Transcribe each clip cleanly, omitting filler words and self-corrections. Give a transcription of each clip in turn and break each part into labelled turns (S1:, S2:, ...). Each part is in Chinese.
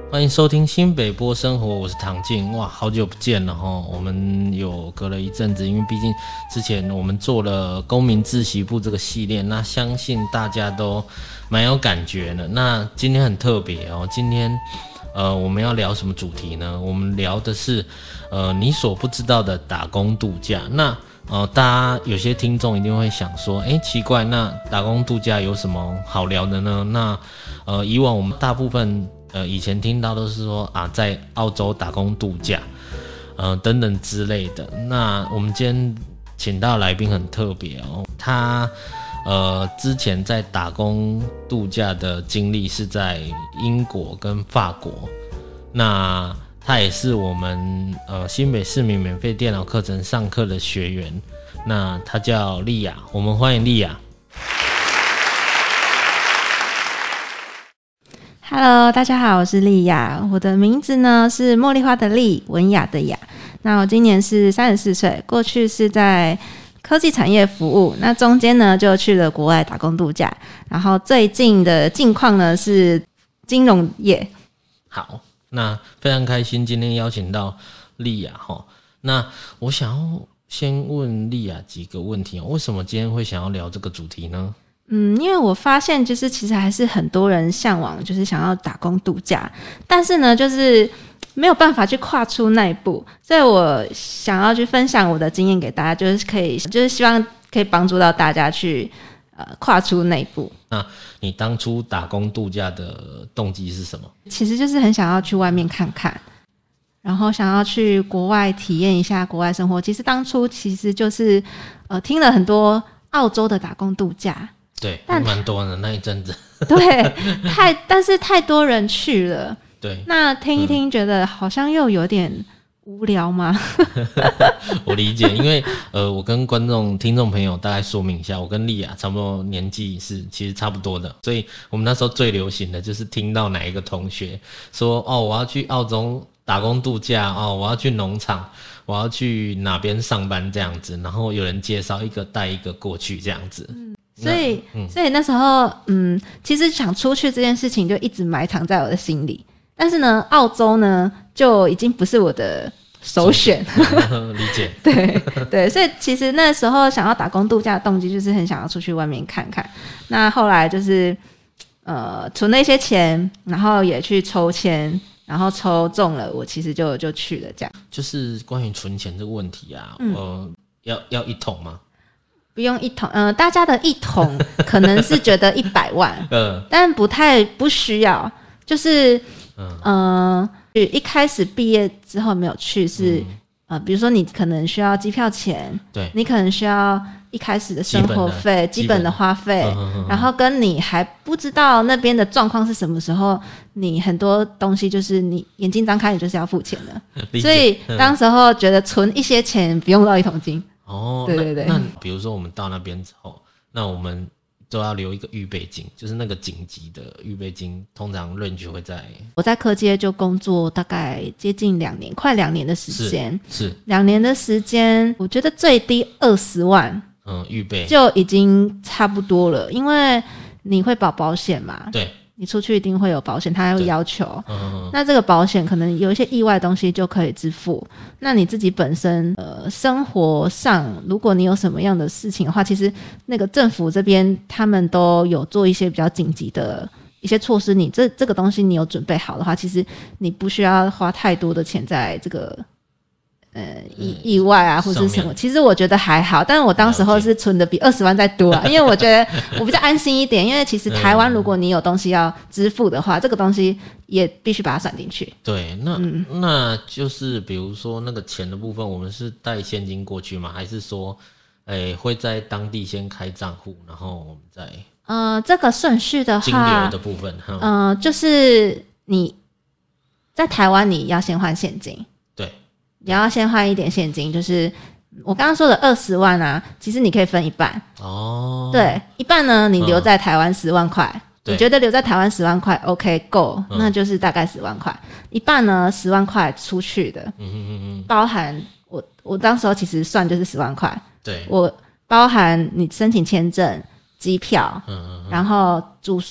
S1: 欢迎收听新北波生活，我是唐静。哇，好久不见了齁，我们有隔了一阵子，因为毕竟之前我们做了公民自习部这个系列，那相信大家都蛮有感觉的。那今天很特别哦，今天我们要聊什么主题呢？我们聊的是你所不知道的打工度假。那大家有些听众一定会想说，奇怪，那打工度假有什么好聊的呢？那以往我们大部分以前听到都是说在澳洲打工度假，等等之类的。那我们今天请到来宾很特别哦，他之前在打工度假的经历是在英国跟法国。那他也是我们新北市民免费电脑课程上课的学员。那他叫莉亚，我们欢迎莉亚。
S2: Hello， 大家好，我是莉亚。我的名字呢是茉莉花的莉，文雅的雅。那我今年是34岁，过去是在科技产业服务，那中间呢就去了国外打工度假，然后最近的近况呢是金融业。
S1: 好，那非常开心今天邀请到莉亚齁。那我想要先问莉亚几个问题，为什么今天会想要聊这个主题呢？
S2: 因为我发现就是其实还是很多人向往就是想要打工度假，但是呢就是没有办法去跨出那一步，所以我想要去分享我的经验给大家，就是希望可以帮助到大家去跨出那一步。
S1: 那你当初打工度假的动机是什么？
S2: 其实就是很想要去外面看看，然后想要去国外体验一下国外生活。其实当初就是听了很多澳洲的打工度假，
S1: 对，蛮多的那一阵子。
S2: 对，但是太多人去了。
S1: 对，
S2: 那听一听觉得好像又有点无聊吗？
S1: 我理解，因为我跟听众朋友大概说明一下，我跟莉亚差不多年纪是其实差不多的，所以我们那时候最流行的就是听到哪一个同学说我要去澳洲打工度假我要去农场，我要去哪边上班这样子，然后有人介绍一个带一个过去这样子。
S2: 所以那时候其实想出去这件事情就一直埋藏在我的心里，但是呢澳洲呢就已经不是我的首选。
S1: 理解。
S2: 对，所以其实那时候想要打工度假的动机就是很想要出去外面看看。那后来就是存了一些钱，然后也去抽签，然后抽中了，我其实就去了。这样
S1: 就是关于存钱这个问题啊，要一桶吗？
S2: 不用一桶，大家的一桶可能是觉得100万，但不需要，就是一开始毕业之后没有去是比如说你可能需要机票钱，对，你可能需要一开始的生活费、基本的花费，然后跟你还不知道那边的状况是什么时候，你很多东西就是你眼睛张开你就是要付钱的，所以当时候觉得存一些钱不用到一桶金。对。
S1: 那比如说我们到那边之后，那我们都要留一个预备金，就是那个紧急的预备金，通常range会在
S2: 我在科技就工作大概接近2年，快2年的时间，
S1: 是
S2: 2年的时间，我觉得最低20万，
S1: 预备
S2: 就已经差不多了，因为你会保险嘛，
S1: 对。
S2: 你出去一定会有保险，他还会要求那这个保险可能有一些意外的东西就可以支付，那你自己本身生活上如果你有什么样的事情的话，其实那个政府这边他们都有做一些比较紧急的一些措施，你这个东西你有准备好的话，其实你不需要花太多的钱在这个意外啊或者是什么，其实我觉得还好，但是我当时候是存的比20万再多因为我觉得我比较安心一点，因为其实台湾如果你有东西要支付的话，这个东西也必须把它算进去。
S1: 对，那就是比如说那个钱的部分，我们是带现金过去吗？还是说会在当地先开账户，然后我们再
S2: 这个顺序的话，
S1: 金流的部分
S2: 就是你在台湾你要先换现金，你要先换一点现金，就是我刚刚说的20万啊，其实你可以分一半对，一半呢你留在台湾10万块，你觉得留在台湾10万块 OK 够，那就是大概10万块，一半呢10万块出去的，包含我当时候其实算就是10万块，对，我包含你申请签证、机票，然后住宿，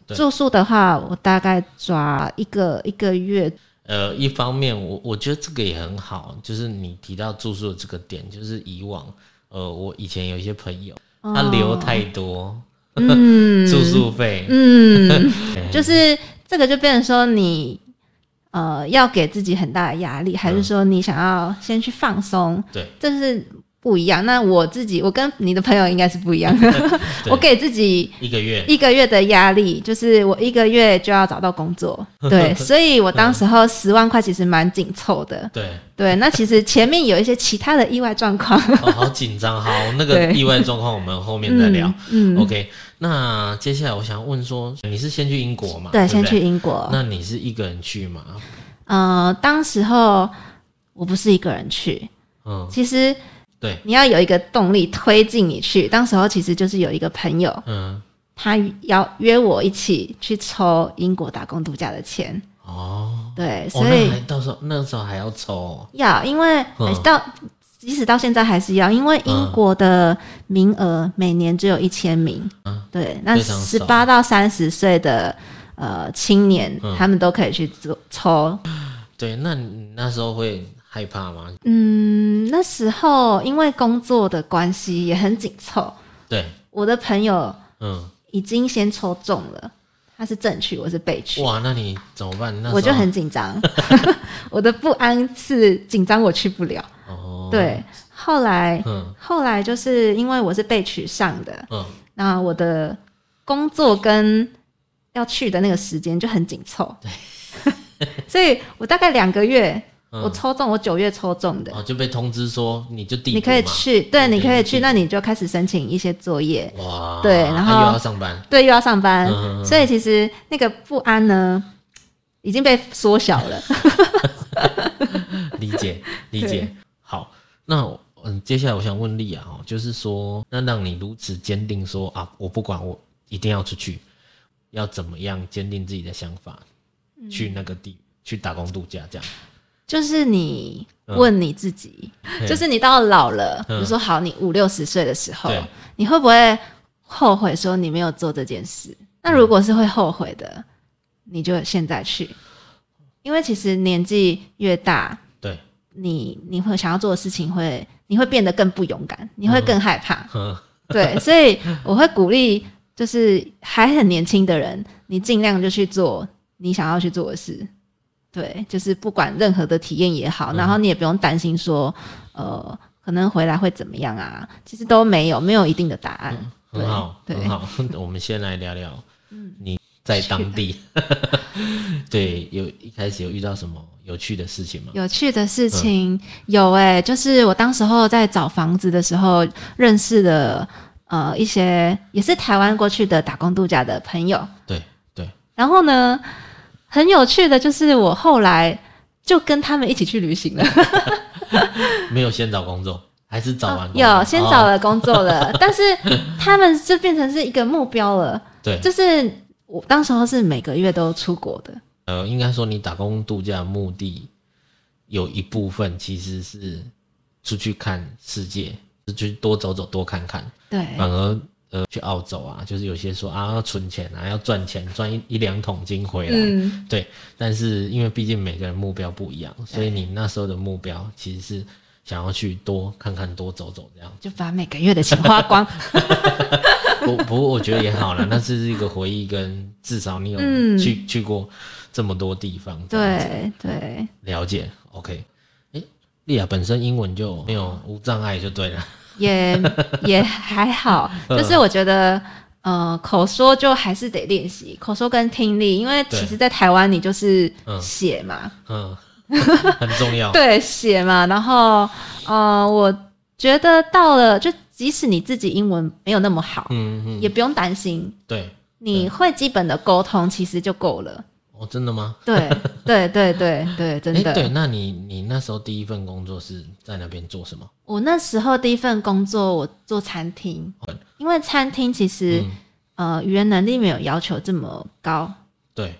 S2: 住宿的话，我大概抓一个月。
S1: 一方面我觉得这个也很好，就是你提到住宿的这个点，就是以往我以前有一些朋友，他留太多住宿费，
S2: 就是这个就变成说你要给自己很大的压力，还是说你想要先去放松？
S1: 对，
S2: 这是不一样。那我跟你的朋友应该是不一样的。我给自己一个月的压力，就是我1个月就要找到工作。对，所以我当时候10万块其实蛮紧凑的。对，那其实前面有一些其他的意外状况。
S1: 好紧张。好，那个意外状况我们后面再聊。OK， 那接下来我想问说，你是先去英国嘛？
S2: 对，先去英国。
S1: 那你是一个人去吗？
S2: 当时候我不是一个人去。其实。
S1: 对，
S2: 你要有一个动力推进你去。当时候其实就是有一个朋友，他要约我一起去抽英国打工度假的钱。对，所以
S1: 那时候还要抽。
S2: 要，因为即使到现在还是要，因为英国的名额每年只有1000名。对，那18到30岁的青年，他们都可以去抽。
S1: 对，那你那时候会害怕吗？
S2: 那时候因为工作的关系也很紧凑。对，我的朋友已经先抽中了，他是正取，我是备取。
S1: 哇，那你怎么办？
S2: 我就很紧张。我的不安是紧张我去不了。对，后来就是因为我是备取上的，那我的工作跟要去的那个时间就很紧凑。对，所以我大概2个月。我抽中，我9月抽中的，
S1: 就被通知说你就
S2: 你可以去，对，你可以去，那你就开始申请一些作业。
S1: 哇，
S2: 对，然后
S1: 又要上班，
S2: 对，又要上班，所以其实那个不安呢，已经被缩小了。
S1: 理解。好，那接下来我想问丽啊，就是说，那让你如此坚定说啊，我不管，我一定要出去，要怎么样坚定自己的想法，去那个去打工度假这样。
S2: 就是你问你自己，就是你到老了，比如说好，你50-60岁的时候，你会不会后悔说你没有做这件事？那如果是会后悔的，你就现在去，因为其实年纪越大，对，你会想要做的事情你会变得更不勇敢，你会更害怕。对，所以我会鼓励，就是还很年轻的人，你尽量就去做你想要去做的事。对，就是不管任何的体验也好，然后你也不用担心说，可能回来会怎么样啊？其实都没有一定的答案。
S1: 很好，很好。我们先来聊聊，你在当地，对，一开始有遇到什么有趣的事情吗？
S2: 有趣的事情有就是我当时候在找房子的时候认识的一些也是台湾过去的打工度假的朋友。对。然后呢？很有趣的就是我后来就跟他们一起去旅行了。
S1: 没有先找工作，还是找完工作？
S2: 有先找了工作了，但是他们就变成是一个目标了。对，就是我当时候是每个月都出国的。
S1: 应该说你打工度假的目的有一部分其实是出去看世界，是去多走走多看看。对，反而去澳洲啊，就是有些说啊要存钱啊，要赚钱，赚1-2桶金回来。对。但是因为毕竟每个人目标不一样，所以你那时候的目标其实是想要去多看看、多走走这样，
S2: 就把每个月的钱花光。
S1: 不过我觉得也好了，那是一个回忆，跟至少你有去过这么多地方。
S2: 对，
S1: 了解。OK，丽亚本身英文就没有无障碍就对了。
S2: 也还好，就是我觉得口说就还是得练习口说跟听力，因为其实在台湾你就是写嘛，
S1: 很重要。
S2: 对，写嘛，然后我觉得到了就即使你自己英文没有那么好，也不用担心，对，你会基本的沟通其实就够了。
S1: 真的吗？
S2: 对，真的。
S1: 对，那你那时候第一份工作是在那边做什么？
S2: 我那时候第一份工作我做餐厅，因为餐厅其实语言能力没有要求这么高。对，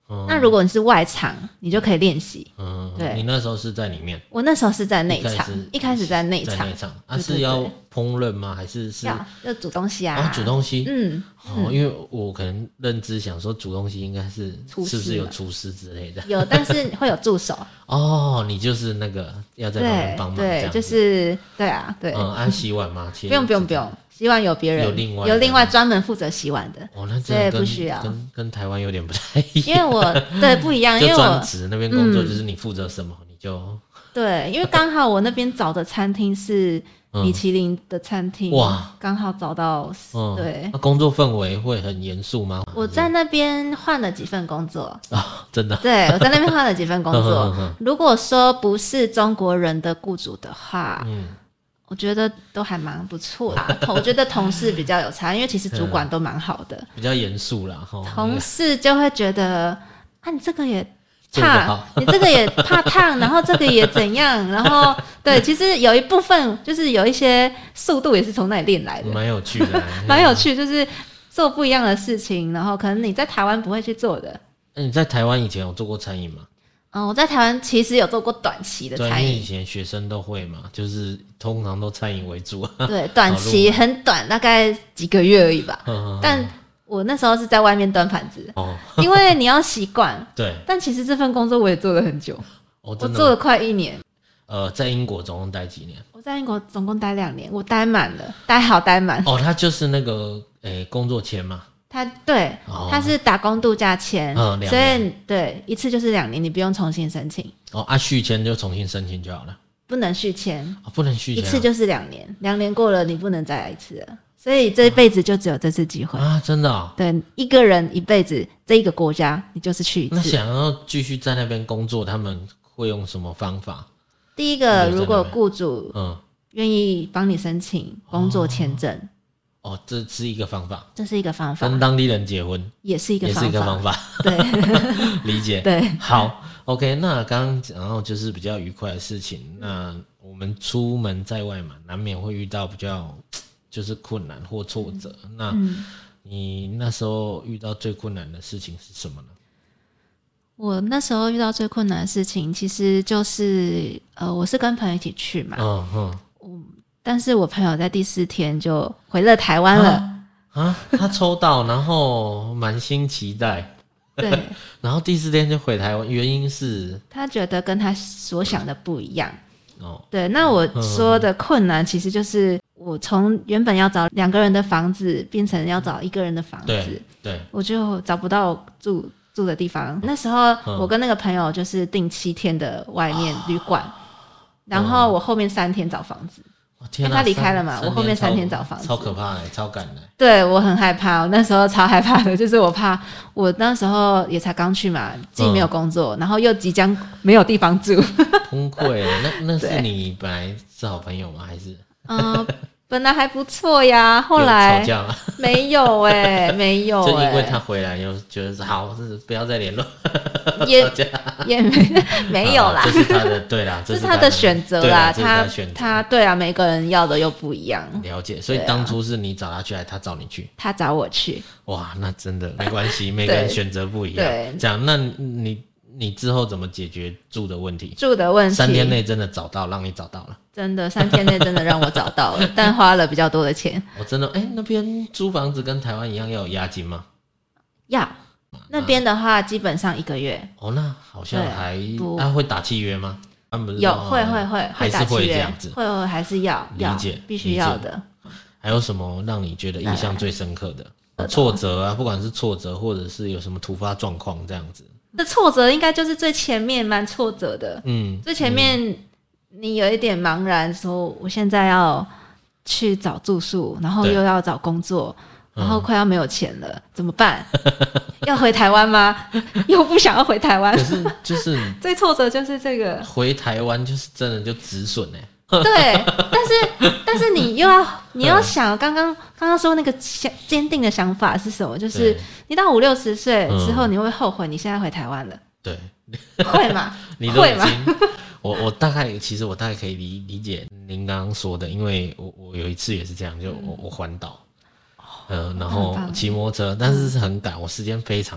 S2: 那如果你是外场，你就可以练习。对，
S1: 你那时候是在里面？
S2: 我那时候是在内场，一开始在内场。
S1: 是要烹饪吗？还是
S2: 要煮东西啊？
S1: 煮东西。因为我可能认知想说煮东西应该是不是有厨师之类的？
S2: 有，但是会有助手。
S1: 你就是那个要在旁边帮忙，
S2: 对，就是对啊，对。
S1: 洗碗吗？
S2: 不用。洗碗有别人，有另外专门负责洗碗的。
S1: 那
S2: 真的不需要。
S1: 跟台湾有点不太一样。
S2: 因为我不一样，因为我
S1: 专职那边工作就是你负责什么你就
S2: 对，因为刚好我那边找的餐厅是米其林的餐厅，哇，刚好找到。对，
S1: 工作氛围会很严肃吗？
S2: 我在那边换了几份工作
S1: 真的。
S2: 对，我在那边换了几份工作。如果说不是中国人的雇主的话，我觉得都还蛮不错的。我觉得同事比较有差，因为其实主管都蛮好的，
S1: 比较严肃啦。
S2: 同事就会觉得你这个也烫，你这个也怕烫，然后这个也怎样，然后对，其实有一部分就是有一些速度也是从那里练来的，
S1: 蛮有趣的，
S2: 蛮有趣，就是做不一样的事情，然后可能你在台湾不会去做的。
S1: 你在台湾以前有做过餐饮吗？
S2: 我在台湾其实有做过短期的餐饮，
S1: 因为以前学生都会嘛，就是通常都餐饮为主。
S2: 对，短期很短，大概几个月而已吧。但我那时候是在外面端盘子，因为你要习惯。
S1: 对。但
S2: 其实这份工作我也做了很久，我做了快1年。
S1: 在英国总共待几年？
S2: 我在英国总共待2年，我待满了，待满。
S1: 他就是那个工作签嘛。
S2: 他是打工度假签，所以对，一次就是2年，你不用重新申请。
S1: 续签就重新申请就好了。
S2: 不能续签。
S1: 不能续签。
S2: 一次就是2年，2年过了你不能再来一次了。所以这一辈子就只有这次机会
S1: 真的。
S2: 对，一个人一辈子这一个国家你就是去一次。
S1: 那想要继续在那边工作，他们会用什么方法？
S2: 第一个，如果雇主愿意帮你申请工作签证。
S1: 这是一个方法。
S2: 这是一个方法。
S1: 跟当地人结婚
S2: 也是一个方法。
S1: 对。理解。
S2: 对。
S1: 好 OK， 那刚刚讲到就是比较愉快的事情，那我们出门在外嘛，难免会遇到比较就是困难或挫折。那你那时候遇到最困难的事情是什么呢？
S2: 我那时候遇到最困难的事情其实就是我是跟朋友一起去嘛。但是我朋友在第4天就回了台湾了。
S1: 他抽到，然后满心期待。
S2: 对。
S1: 然后第4天就回台湾，原因是
S2: 他觉得跟他所想的不一样。对，那我说的困难其实就是我从原本要找2个人的房子变成要找1个人的房子。
S1: 对。
S2: 我就找不到住的地方。那时候我跟那个朋友就是订7天的外面旅馆，然后我后面3天找房子。因为他离开了嘛，我后面3天找房子，
S1: 超可怕的，超赶的。
S2: 对，我很害怕，我那时候超害怕的，就是我怕我那时候也才刚去嘛，既没有工作，然后又即将没有地方住，
S1: 崩溃。那是你本来是好朋友吗？还是？
S2: 本来还不错呀，后来
S1: 吵架吗？
S2: 没有没有
S1: 就因为他回来又觉得好，是不要再联络，
S2: 也没有啦，
S1: 这是他的对啦，
S2: 这是他的选择啦，他对啊，每个人要的又不一样。
S1: 了解，所以当初是你找他去，还是他找你去？
S2: 他找我去。
S1: 哇，那真的没关系，每个人选择不一样。对，这样，那你之后怎么解决住的问题？3天内真的找到，让你找到了。
S2: 真的3天内真的让我找到了，但花了比较多的钱。
S1: 真的那边租房子跟台湾一样要有押金吗？
S2: 要。那边的话基本上1个月。
S1: 那好像还会打契约吗？
S2: 有会
S1: 还是会这样子？
S2: 会还是要
S1: 理解，
S2: 必须要的。
S1: 还有什么让你觉得印象最深刻的挫折啊？不管是挫折或者是有什么突发状况这样子。
S2: 这挫折应该就是最前面蛮挫折的。最前面你有一点茫然，说我现在要去找住宿，然后又要找工作，然后快要没有钱了，怎么办？要回台湾吗？又不想要回台湾。可
S1: 是就是
S2: 最挫折就是这个，
S1: 回台湾就是真的就止损
S2: 对，但是你要想刚刚说那个坚定的想法是什么？就是你到50-60岁之后，你会后悔你现在回台湾了。
S1: 对，
S2: 会吗？
S1: 你都已经，我大概可以理解您刚刚说的，因为我有一次也是这样，就我环岛，然后骑摩托车，但是是很赶，我时间非常赶，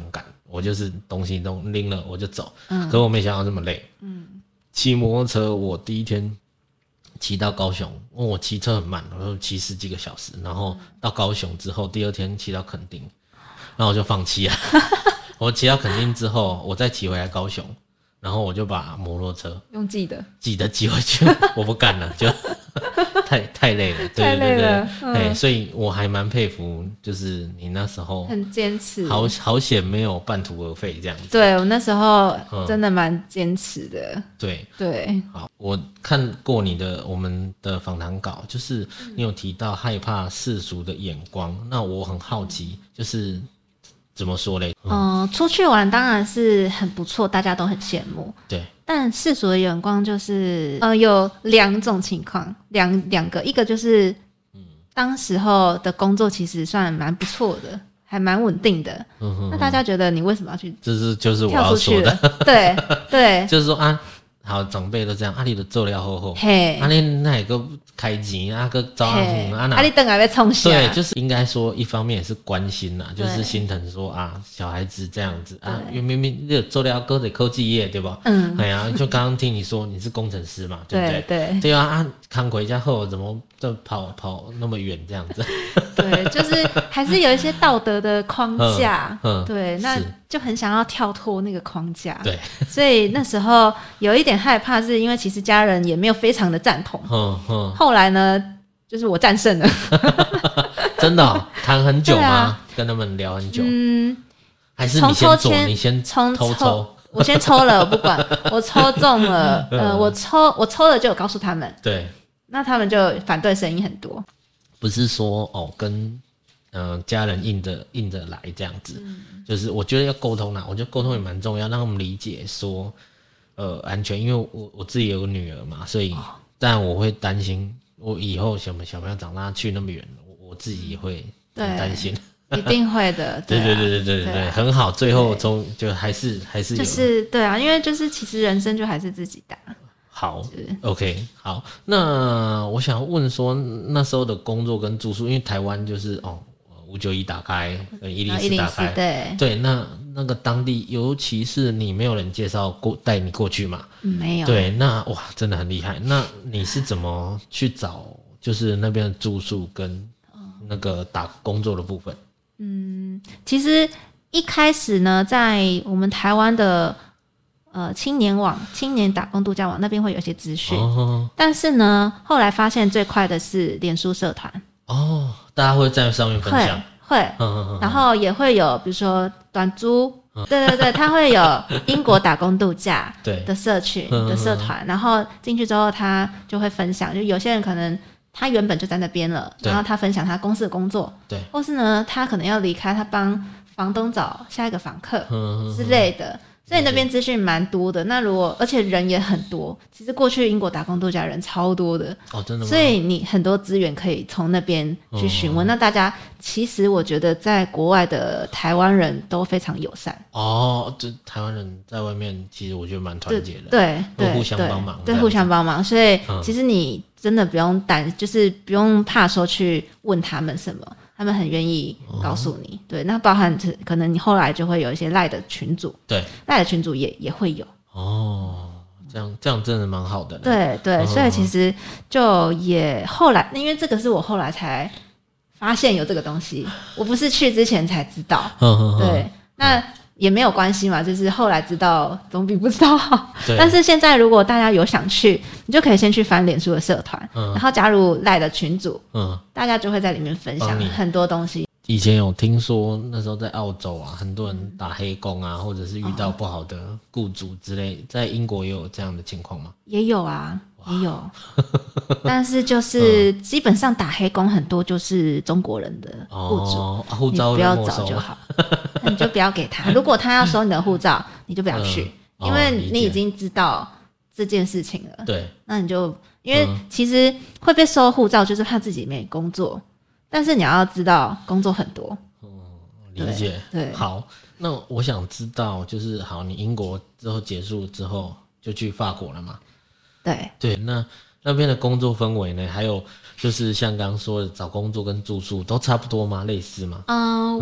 S1: 我就是东西都拎了我就走，可我没想到这么累。骑摩托车我第一天骑到高雄，我骑车很慢，我骑10几个小时，然后到高雄之后，第二天骑到垦丁，然后我就放弃了。我骑到垦丁之后，我再骑回来高雄，然后我就把摩托车
S2: 用寄的
S1: 寄回去，我不干了，就太累了，对
S2: 太累了，
S1: 所以我还蛮佩服，就是你那时候
S2: 很坚持，
S1: 好险没有半途而废这样子。
S2: 对，我那时候真的蛮坚持的。对，
S1: 好，我看过我们的访谈稿，就是你有提到害怕世俗的眼光，那我很好奇，就是怎么说嘞？
S2: 出去玩当然是很不错，大家都很羡慕。
S1: 对。
S2: 但世俗的眼光就是有2种情况，两个，一个就是当时候的工作其实算蛮不错的，还蛮稳定的。那大家觉得你为什么要去？
S1: 就是我要说的。
S2: 对，
S1: 就是说啊，好长辈都这样，你都做了好，你那个开钱个招
S2: 你等下要冲啥？
S1: 对，就是应该说一方面也是关心啦，就是心疼说啊，小孩子这样子啊，因为明明你做了个科技业对吧？就刚刚听你说你是工程师嘛，对不对？对啊，康回家后怎么就跑那么远这样子？
S2: 对，就是还是有一些道德的框架，对，那就很想要跳脱那个框架，
S1: 对，
S2: 所以那时候有一点害怕，是因为其实家人也没有非常的赞同，后来呢，就是我战胜了。
S1: 真的谈很久吗？跟他们聊很久？还是你先做，你先偷抽？
S2: 我先抽了，我不管，我抽中了，我抽了就有告诉他们，
S1: 对，
S2: 那他们就反对声音很多。
S1: 不是说跟家人硬着来这样子，就是我觉得要沟通啦，我觉得沟通也蛮重要，让他们理解说安全，因为我自己有个女儿嘛，所以但我会担心我以后小朋友长大去那么远，我自己也会很担心。
S2: 一定会的，
S1: 对，很好，最后就还是
S2: 就是对啊，因为就是其实人生就还是自己打。
S1: 好 ，OK， 好，那我想问说那时候的工作跟住宿，因为台湾就是591打开，104打开，对，那个当地，尤其是你没有人介绍带你过去嘛，
S2: 没有，
S1: 对，那哇，真的很厉害。那你是怎么去找就是那边的住宿跟那个打工作的部分？
S2: 其实一开始呢，在我们台湾的青年打工度假网那边会有一些资讯，但是呢，后来发现最快的是脸书社团
S1: 大家会在上面分享，
S2: 会，然后也会有比如说短租，对，他会有英国打工度假的社群的社团，然后进去之后他就会分享，就有些人可能他原本就在那边了，然后他分享他公司的工作，
S1: 对，
S2: 或是呢他可能要离开，他帮房东找下一个访客之类的。所以那边资讯蛮多的，那而且人也很多，其实过去英国打工度假人超多的
S1: 真的吗？
S2: 所以你很多资源可以从那边去询问。那大家其实我觉得在国外的台湾人都非常友善
S1: 这台湾人在外面其实我觉得蛮团结的，
S2: 对，
S1: 互相帮忙，
S2: 对，互相帮忙。所以其实你真的不用就是不用怕说去问他们什么。他们很愿意告诉你，对，那包含可能你后来就会有一些赖的群组，
S1: 对，
S2: 赖的群组也会有
S1: 这样真的蛮好的，
S2: 对，所以其实就也后来，因为这个是我后来才发现有这个东西，我不是去之前才知道，对，那也没有关系嘛，就是后来知道总比不知道好。但是现在如果大家有想去，你就可以先去翻脸书的社团，然后加入赖的群组，大家就会在里面分享很多东西。
S1: 以前有听说那时候在澳洲啊，很多人打黑工啊，或者是遇到不好的雇主之类，在英国也有这样的情况吗？
S2: 也有啊，也有，但是就是基本上打黑工很多就是中国人的雇主，
S1: 护照
S2: 你不要找就好，你就不要给他。如果他要收你的护照，你就不要去，因为你已经知道这件事情了。
S1: 对，
S2: 那你就因为其实会被收护照，就是怕自己没工作，但是你要知道工作很多。
S1: 理解。对，好，那我想知道，就是好，你英国之后结束之后就去法国了嘛？对，那边的工作氛围呢？还有就是像刚刚说的，找工作跟住宿都差不多吗？类似吗？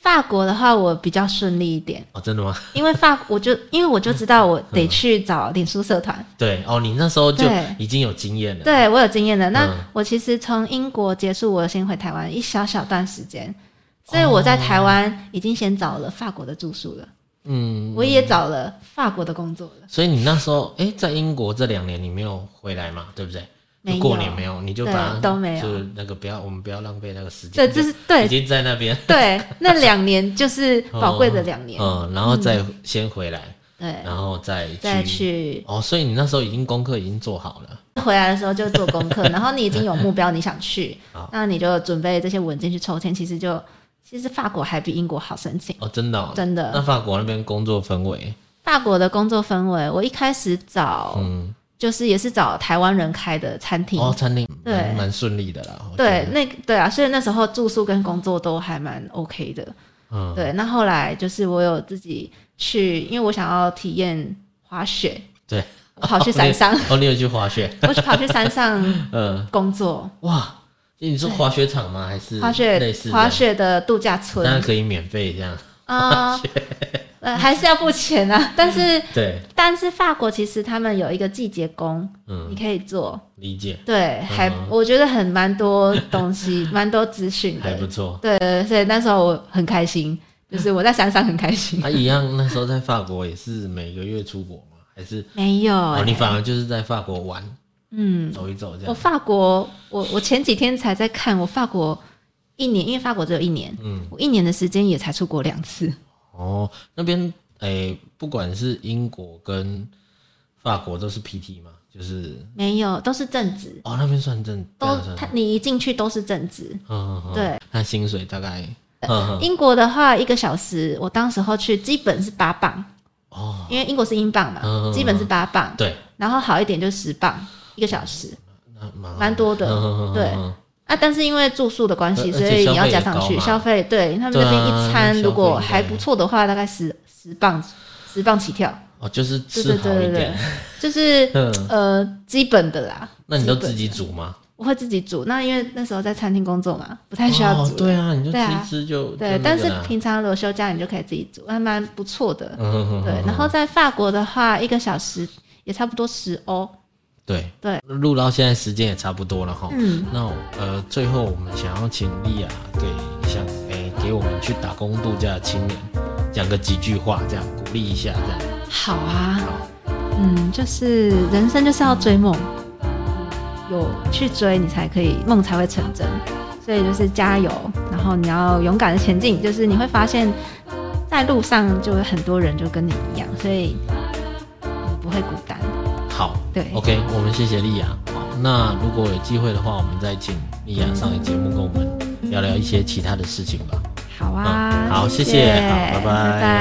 S2: 法国的话，我比较顺利一点
S1: 哦，真的吗？
S2: 因为我就知道我得去找脸书社团。
S1: 对哦，你那时候就已经有经验了。
S2: 对，我有经验的。那我其实从英国结束，我先回台湾一小段时间，所以我在台湾已经先找了法国的住宿了。我也找了法国的工作了。
S1: 所以你那时候在英国这2年你没有回来嘛？对不对？
S2: 没有，
S1: 过年没有，你就把
S2: 都没有，
S1: 就那个我们不要浪费那个时间。
S2: 对，就是对，
S1: 已经在那边。
S2: 对，那2年就是宝贵的2年。
S1: 然后再先回来，
S2: 对，
S1: 然后再
S2: 去。
S1: 所以你那时候功课已经做好了。
S2: 回来的时候就做功课，然后你已经有目标，你想去，那你就准备这些文件去抽签。其实法国还比英国好申请。
S1: 真的哦，
S2: 真的。
S1: 那法国那边工作氛围？
S2: 法国的工作氛围，我一开始找，就是也是找台湾人开的餐厅。
S1: 餐厅
S2: 对，
S1: 蛮顺利的啦。
S2: 对，对啊，所以那时候住宿跟工作都还蛮 OK 的。对。那后来就是我有自己去，因为我想要体验滑雪。
S1: 对。
S2: 我跑去山上。
S1: 你有去滑雪？
S2: 我跑去山上工作。
S1: 哇，你是滑雪场吗？还是类似
S2: 滑雪的度假村？
S1: 当然可以免费这样。
S2: 还是要付钱啊。但是法国其实他们有一个季节工，你可以做。
S1: 理解。
S2: 对，我觉得蛮多东西，蛮多资讯的，
S1: 还不错。
S2: 对，所以那时候我很开心，就是我在山上很开心。
S1: 一样，那时候在法国也是每个月出国吗？还是
S2: 没有？
S1: 你反而就是在法国玩，走一走这样。
S2: 我法国，我前几天才在看，我法国1年，因为法国只有1年，我1年的时间也才出国2次。
S1: 那边不管是英国跟法国都是 PT 吗？就是
S2: 没有，都是正职。
S1: 那边算正，
S2: 你一进去都是正职。对。
S1: 那薪水大概？
S2: 英国的话，1个小时，我当时候去基本是8磅。因为英国是英镑嘛，基本是8磅。
S1: 对。
S2: 然后好一点就10磅1个小时，蛮多的。对。但是因为住宿的关系，所以你要加上去消费。对，他们那边一餐如果还不错的话，大概10磅起跳。
S1: 就是吃好一点，
S2: 就是基本的啦。
S1: 那你都自己煮吗？
S2: 我会自己煮。那因为那时候在餐厅工作嘛，不太需要煮。
S1: 对啊，你就吃一吃就。
S2: 对，但是平常如果休假，你就可以自己煮，还蛮不错的。对，然后在法国的话，1个小时也差不多10欧。
S1: 对，录到现在时间也差不多了哈。那最后我们想要请莉亚给我们去打工度假的青年讲个几句话，这样鼓励一下，这样。
S2: 好啊。就是人生就是要追梦，有去追你才可以，梦才会成真。所以就是加油，然后你要勇敢的前进。就是你会发现，在路上就有很多人就跟你一样，所以你不会孤单。
S1: 好，
S2: 对
S1: ，OK， 我们谢谢莉亚。好，那如果有机会的话，我们再请莉亚上节目跟我们聊聊一些其他的事情吧。
S2: 好啊，
S1: 好，谢谢，好，拜拜。